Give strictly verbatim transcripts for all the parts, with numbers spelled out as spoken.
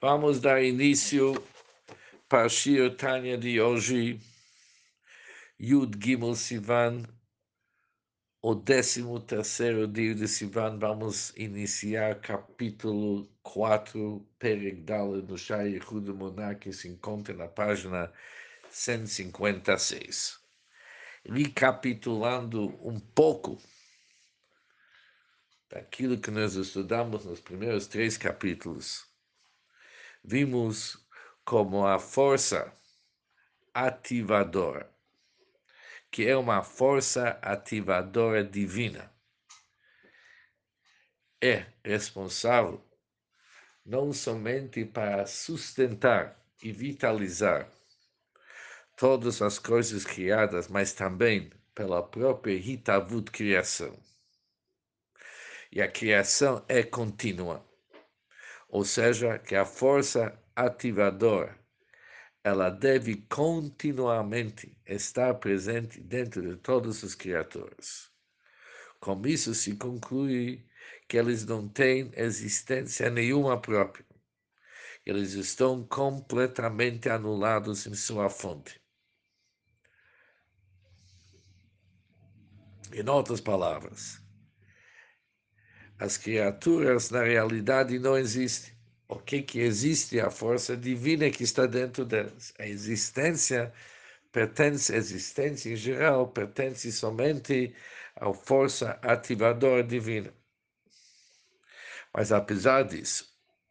Vamos dar início para a Shir Tanya de hoje, Yud Gimel Sivan, o décimo terceiro dia de Sivan. Vamos iniciar capítulo quatro, Perek Dalet, no Shai Yehud Moná, que se encontra na página cento e cinquenta e seis. Recapitulando um pouco daquilo que nós estudamos nos primeiros três capítulos, vimos como a força ativadora, que é uma força ativadora divina, é responsável não somente para sustentar e vitalizar todas as coisas criadas, mas também pela própria Hitavut criação. E a criação é contínua, ou seja, que a força ativadora ela deve continuamente estar presente dentro de todas as criaturas. Com isso se conclui que eles não têm existência nenhuma própria. Eles estão completamente anulados em sua fonte. Em outras palavras, as criaturas na realidade não existem. O que, que existe é a força divina que está dentro delas. A existência pertence, a existência em geral, pertence somente à força ativadora divina. Mas apesar disso,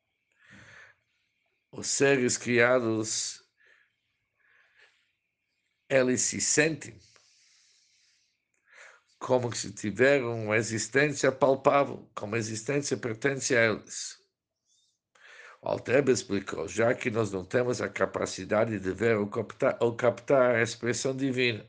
os seres criados, eles se sentem como se tiveram uma existência palpável, como a existência pertence a eles. O Alter Rebbe explicou, já que nós não temos a capacidade de ver ou captar, ou captar a expressão divina.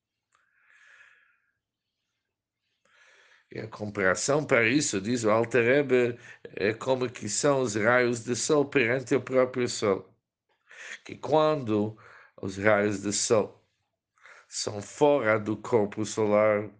E a comparação para isso, diz o Alter Rebbe, é como que são os raios de sol perante o próprio sol. Que quando os raios de sol são fora do corpo solar,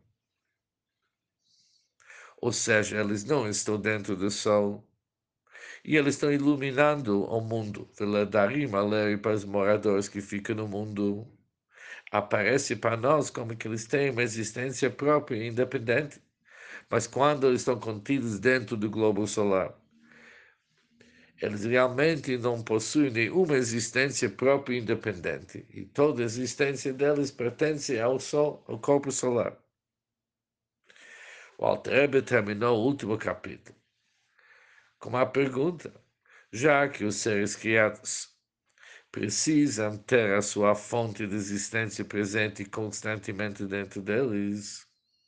ou seja, eles não estão dentro do sol, e eles estão iluminando o mundo. Veladarim alegre para os moradores que ficam no mundo. Aparece para nós como que eles têm uma existência própria e independente. Mas quando eles estão contidos dentro do globo solar, eles realmente não possuem nenhuma existência própria e independente. E toda a existência deles pertence ao Sol, ao corpo solar. O Alter Rebbe terminou o último capítulo com uma pergunta. Já que os seres criados precisam ter a sua fonte de existência presente constantemente dentro deles,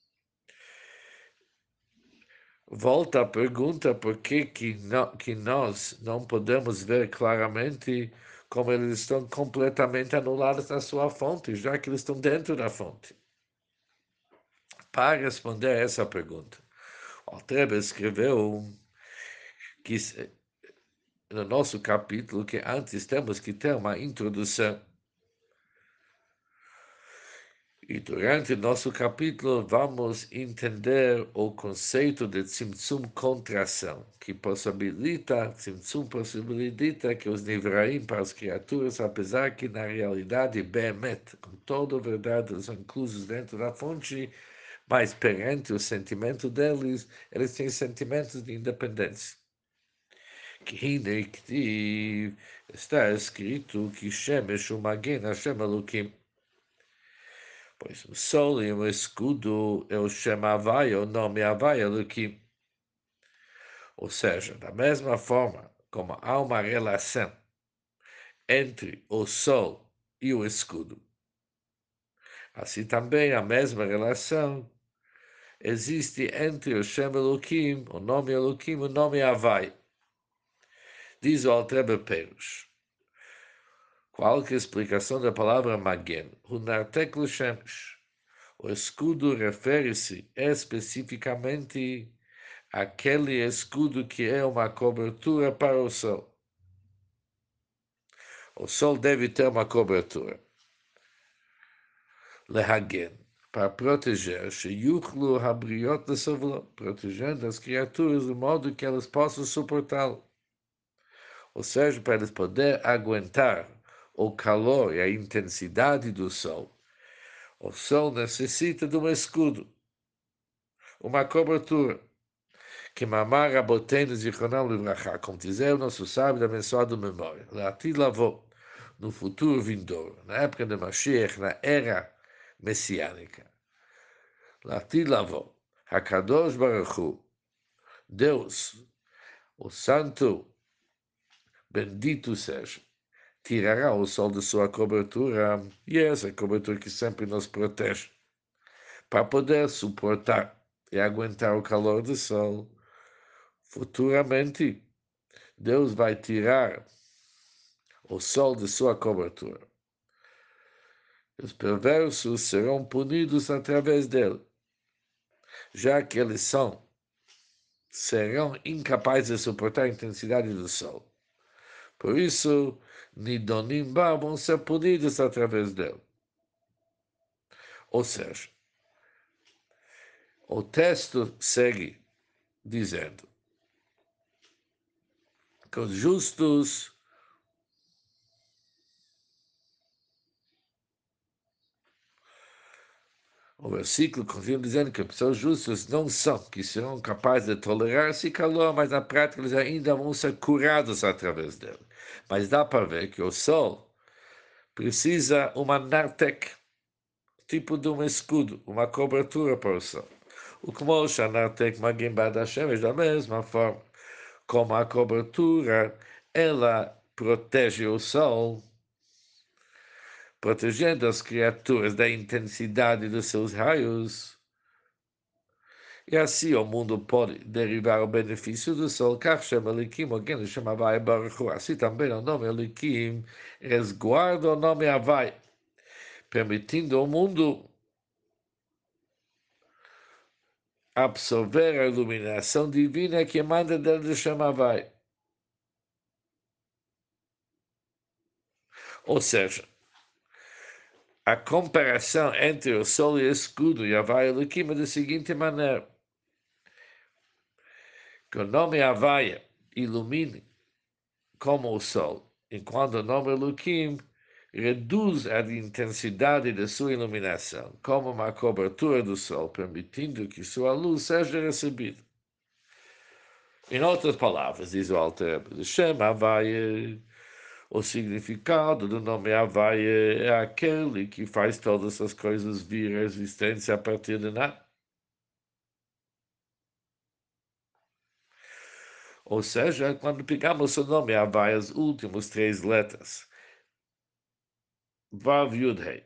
volta a pergunta por que, que, não, que nós não podemos ver claramente como eles estão completamente anulados na sua fonte, já que eles estão dentro da fonte. Para responder a essa pergunta, o Alter Rebbe escreveu que no nosso capítulo que antes temos que ter uma introdução. E durante nosso capítulo vamos entender o conceito de Tzimtzum contração, que possibilita, Tzimtzum possibilita que os Nivraim para as criaturas, apesar que na realidade, Behemet, com toda a verdade, são inclusos dentro da fonte, mas perante o sentimento deles, eles têm sentimentos de independência. Que está escrito que Shemesh Umagen Hashem Elokim. Pois o sol e o escudo é o Shem Havai, o nome Havai Elokim. Ou seja, da mesma forma como há uma relação entre o sol e o escudo, assim também a mesma relação existe entre o Shem Elokim, o nome Elokim, o nome Havai. Diz o Alter Rebbe Perush. Qual que é a explicação da palavra Magen? Hunartek l'Shemesh. O escudo refere-se especificamente àquele escudo que é uma cobertura para o sol. O sol deve ter uma cobertura. Lehagen, para proteger, sheyuchlu habriot lesovlo, protegendo as criaturas de modo que elas possam suportá-lo. ou seja, para eles poderem aguentar o calor e a intensidade do sol. O sol necessita de um escudo, uma cobertura. Que mamar Rabotenu Zichronam Livrachá, como dizer o nosso sábio abençoado memória. Lati lavou, no futuro vindouro, na época de Mashiach, na era messiânica. Lati lavou, Hakadosh Baruch Hu, Deus, o Santo, bendito seja, tirará o sol de sua cobertura, e é essa cobertura que sempre nos protege, para poder suportar e aguentar o calor do sol. Futuramente, Deus vai tirar o sol de sua cobertura. Os perversos serão punidos através dele, já que eles são, serão incapazes de suportar a intensidade do sol. Por isso, Nidonim Ba vão ser punidos através dele. Ou seja, o texto segue dizendo que os justos o versículo continua dizendo que as pessoas justas não são, que serão capazes de tolerar esse calor, mas na prática eles ainda vão ser curados através dele. Mas dá para ver que o sol precisa uma nartek, tipo de um escudo, uma cobertura para o sol. O como a nartek magim bad Hashem, da mesma forma como a cobertura, ela protege o sol, protegendo as criaturas da intensidade dos seus raios. E assim o mundo pode derivar o benefício do sol. Alguém chama Havai Baruch Hu. Assim também o nome Elikim resguarda o nome Havai, permitindo ao mundo absorver a iluminação divina que emana dele chama Havai. Ou seja, a comparação entre o sol e o escudo e Havai Elikim é da seguinte maneira: que o nome Havai ilumine como o sol, enquanto o nome Elohim reduz a intensidade de sua iluminação, como uma cobertura do sol, permitindo que sua luz seja recebida. Em outras palavras, diz o Alter Rebbe, Shem Havai, o significado do nome Havai é aquele que faz todas as coisas vir à existência a partir de nada. Ou seja, quando pegamos o nome Havai, as últimas três letras, Vav Yud Hei,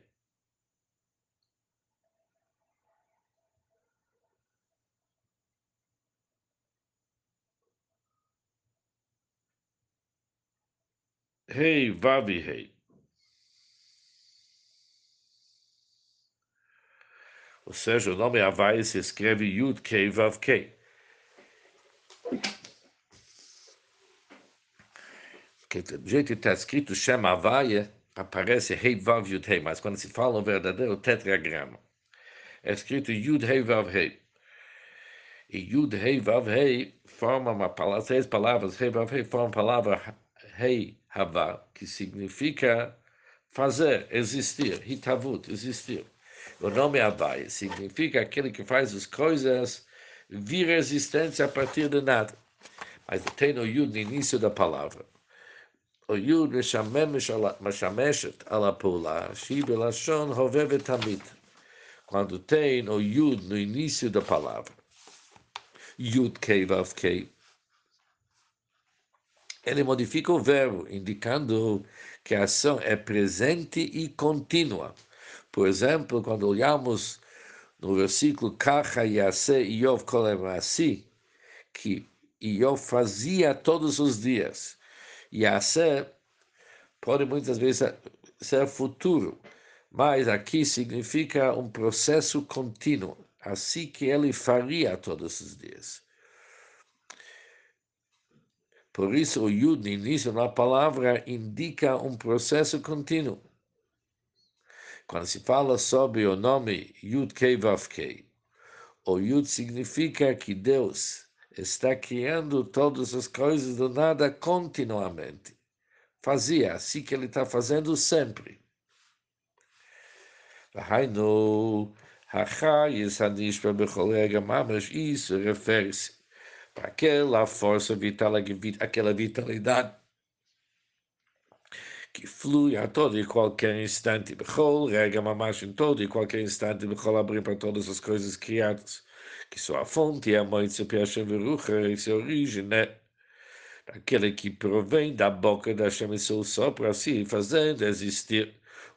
Hei, Vav e Hei. Ou seja, o nome Havai se escreve Yud Kei Vav Kei. Que do jeito que está escrito Shem Havai, aparece Hei Vav Yud Hei, mas quando se fala o verdadeiro tetragrama, é escrito Yud Hei Vav Hei. E Yud Hei Vav Hei forma uma palavra, três palavras, Hei Vav Hei forma a palavra Hei Hava, que significa fazer, existir, Hitavut, existir. O nome Havai significa aquele que faz as coisas vir à existência a partir de nada. Mas tem o Yud no início da palavra. O Yud משמשת על הפעולה, שהיא בלשון הווה ותמיד. Quando tem o Yud no início da palavra. Yud Kei Vav Kei. Ele modifica o verbo, indicando que a ação é presente e contínua. Por exemplo, quando olhamos no versículo Kacha Yaseh Iyov Kol Ma'asi, que Iyov fazia todos os dias. Yaseh pode muitas vezes ser futuro, mas aqui significa um processo contínuo, assim que ele faria todos os dias. Por isso, o Yud no início da palavra indica um processo contínuo. Quando se fala sobre o nome Yud Kei Vav Kei, o Yud significa que Deus está criando todas as coisas do nada continuamente. Fazia assim que ele está fazendo sempre. Hainu, Hachayis Hanishba Becholega Mamas, isso refere-se para aquela força vital, aquela vitalidade que flui a todo e qualquer instante, Bechol, Rega Mamash, em todo e qualquer instante, Bechol abrir para todas as coisas criadas, que sua fonte é a mãe de Sepiashem Verucha, e sua origem, né? Aquele que provém da boca da Hashem e seu sopro, assim, fazendo existir.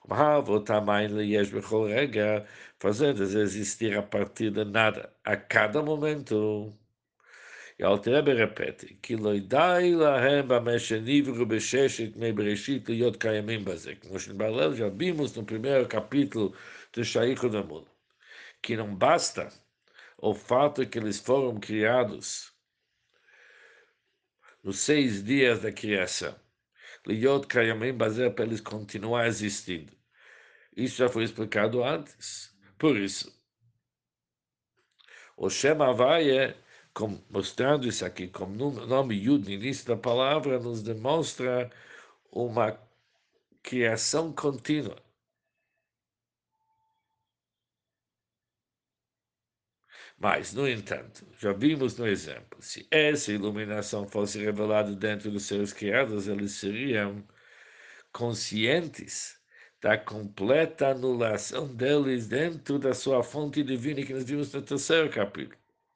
Fazendo existir a partir de nada, a cada momento. E Alter repete, que loidai lahem b'meshenivru b'sheshet mei bereshit liot kayamim bazeh. Como já vimos no primeiro capítulo do Shaykh do Mundo, que não basta o fato que eles foram criados nos seis dias da criação, liot kayamim bazeh, para eles continuar existindo. Isso já foi explicado antes. Por isso, o Shem Havaya, mostrando isso aqui como nome Yud no início da palavra, nos demonstra uma criação contínua. Mas, no entanto, já vimos no exemplo, se essa iluminação fosse revelada dentro dos seres criados, eles seriam conscientes da completa anulação deles dentro da sua fonte divina que nós vimos no terceiro capítulo.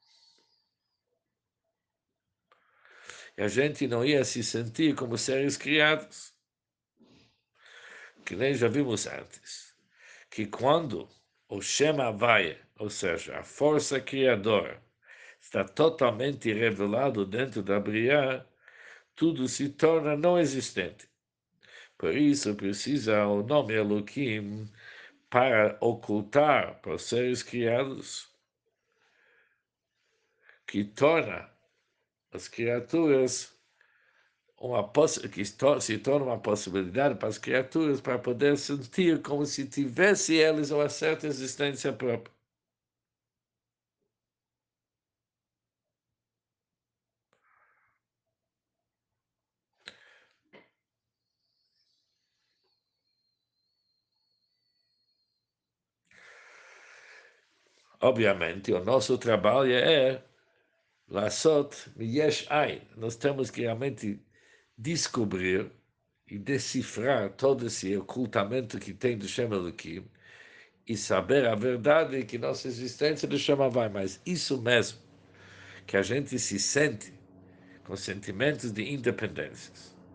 E a gente não ia se sentir como seres criados, que nem já vimos antes, que quando o Shem Havaya, ou seja, a força criadora, está totalmente revelado dentro da Briá, tudo se torna não existente. Por isso precisa o nome Elohim para ocultar para os seres criados, que torna as criaturas uma poss que se torna uma possibilidade para as criaturas para poder sentir como se tivesse eles uma certa existência própria. Obviamente, o nosso trabalho é Lassot Miyesh Ain. Nós temos que realmente descobrir e decifrar todo esse ocultamento que tem do Shem Elohim e saber a verdade que nossa existência do Shem vai. Mas isso mesmo, que a gente se sente com sentimentos de independência.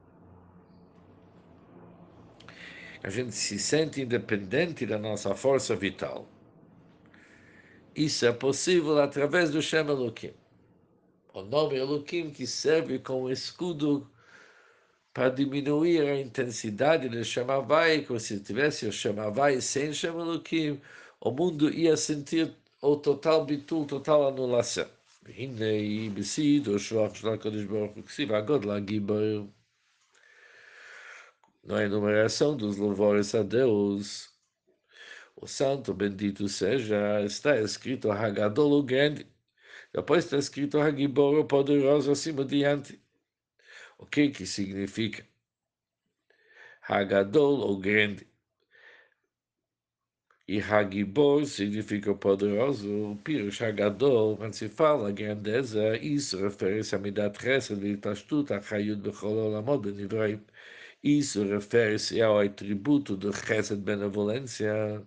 A gente se sente independente da nossa força vital. Isso é possível através do Shem Elohim. O nome Elohim que serve como escudo para diminuir a intensidade do Shem Havai, como se tivesse o Shem Havai sem Shem Elohim, o mundo ia sentir o total bitul, total anulação. והנה בסיד או שוח של הקדוש ברוך הוא כסיב הגודל הגיבור. Na enumeração dos louvores a Deus, o santo bendito seja, está escrito Hagadol o grande. Depois está escrito Hagibor o poderoso acima diante. O que que significa? Hagadol o grande. E Hagibor significa poderoso. O Pirush Hagadol, quando se fala grandeza, isso refere-se a Midat Chesed e Tashtut, a Chayut Bechol Olamot Benivraim. Isso refere-se ao atributo do Chesed benevolência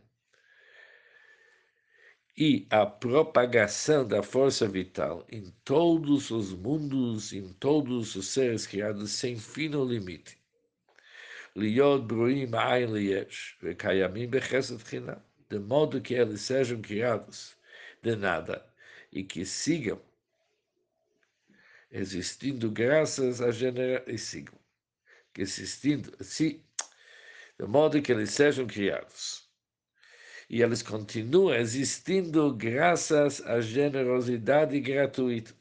e a propagação da força vital em todos os mundos, em todos os seres criados sem fim ou limite. Liot bruim ain liyesh, vekayamim bechesed chinam, de modo que eles sejam criados de nada e que sigam existindo graças a genera e sigam existindo, se, de modo que eles sejam criados. E eles continuam existindo graças à generosidade gratuita.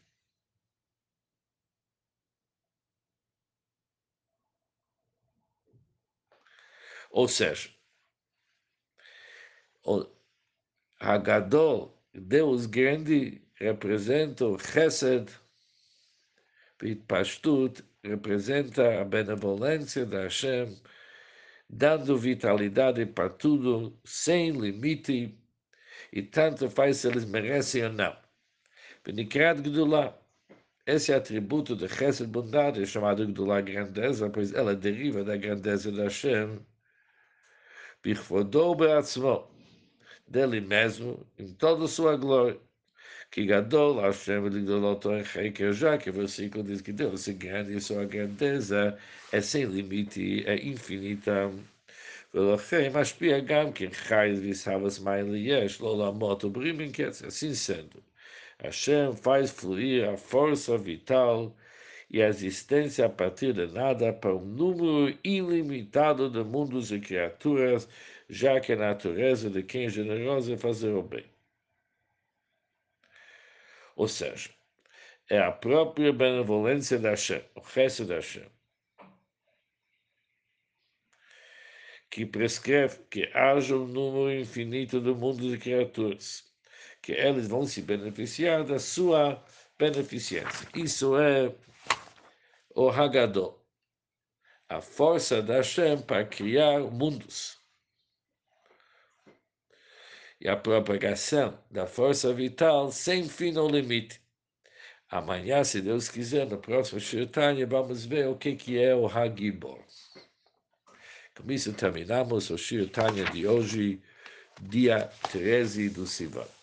Ou seja, o Hagadol, Deus grande, representa o Chesed Pastut representa a benevolência da Hashem, dando vitalidade para tudo, sem limite, e tanto faz se eles merecem ou não. Benikrat Gdulá, esse atributo de Chesed, bondade, é chamado Gdulá, grandeza, pois ela deriva da grandeza da Hashem, Bichvodou Beatzmo, dele mesmo, em toda a sua glória. Que Gadol, Hashem, Ligdoloto, Encheker, já que o versículo diz que Deus é grande e sua grandeza é sem limite, é infinita. ולכן משפיע גם כן חי וישהבס מים ליש, לא לעמוד ובריאים em קץ, assim sendo. Hashem faz fluir a força vital e a existência a partir de nada para um número ilimitado de mundos e criaturas, já que a natureza de quem é generoso é fazer o bem. Ou seja, é a própria benevolência da Hashem, o resto da Hashem, que prescreve que haja um número infinito de mundos e criaturas, que eles vão se beneficiar da sua beneficência. Isso é o Haggadah, a força da Hashem para criar mundos. E a propagação da força vital sem fim ou limite. Amanhã, se Deus quiser, no próximo Shir Tanya, vamos ver o que, que é o Hagibor. Com isso terminamos o Shir Tanya de hoje, dia treze do Sivan.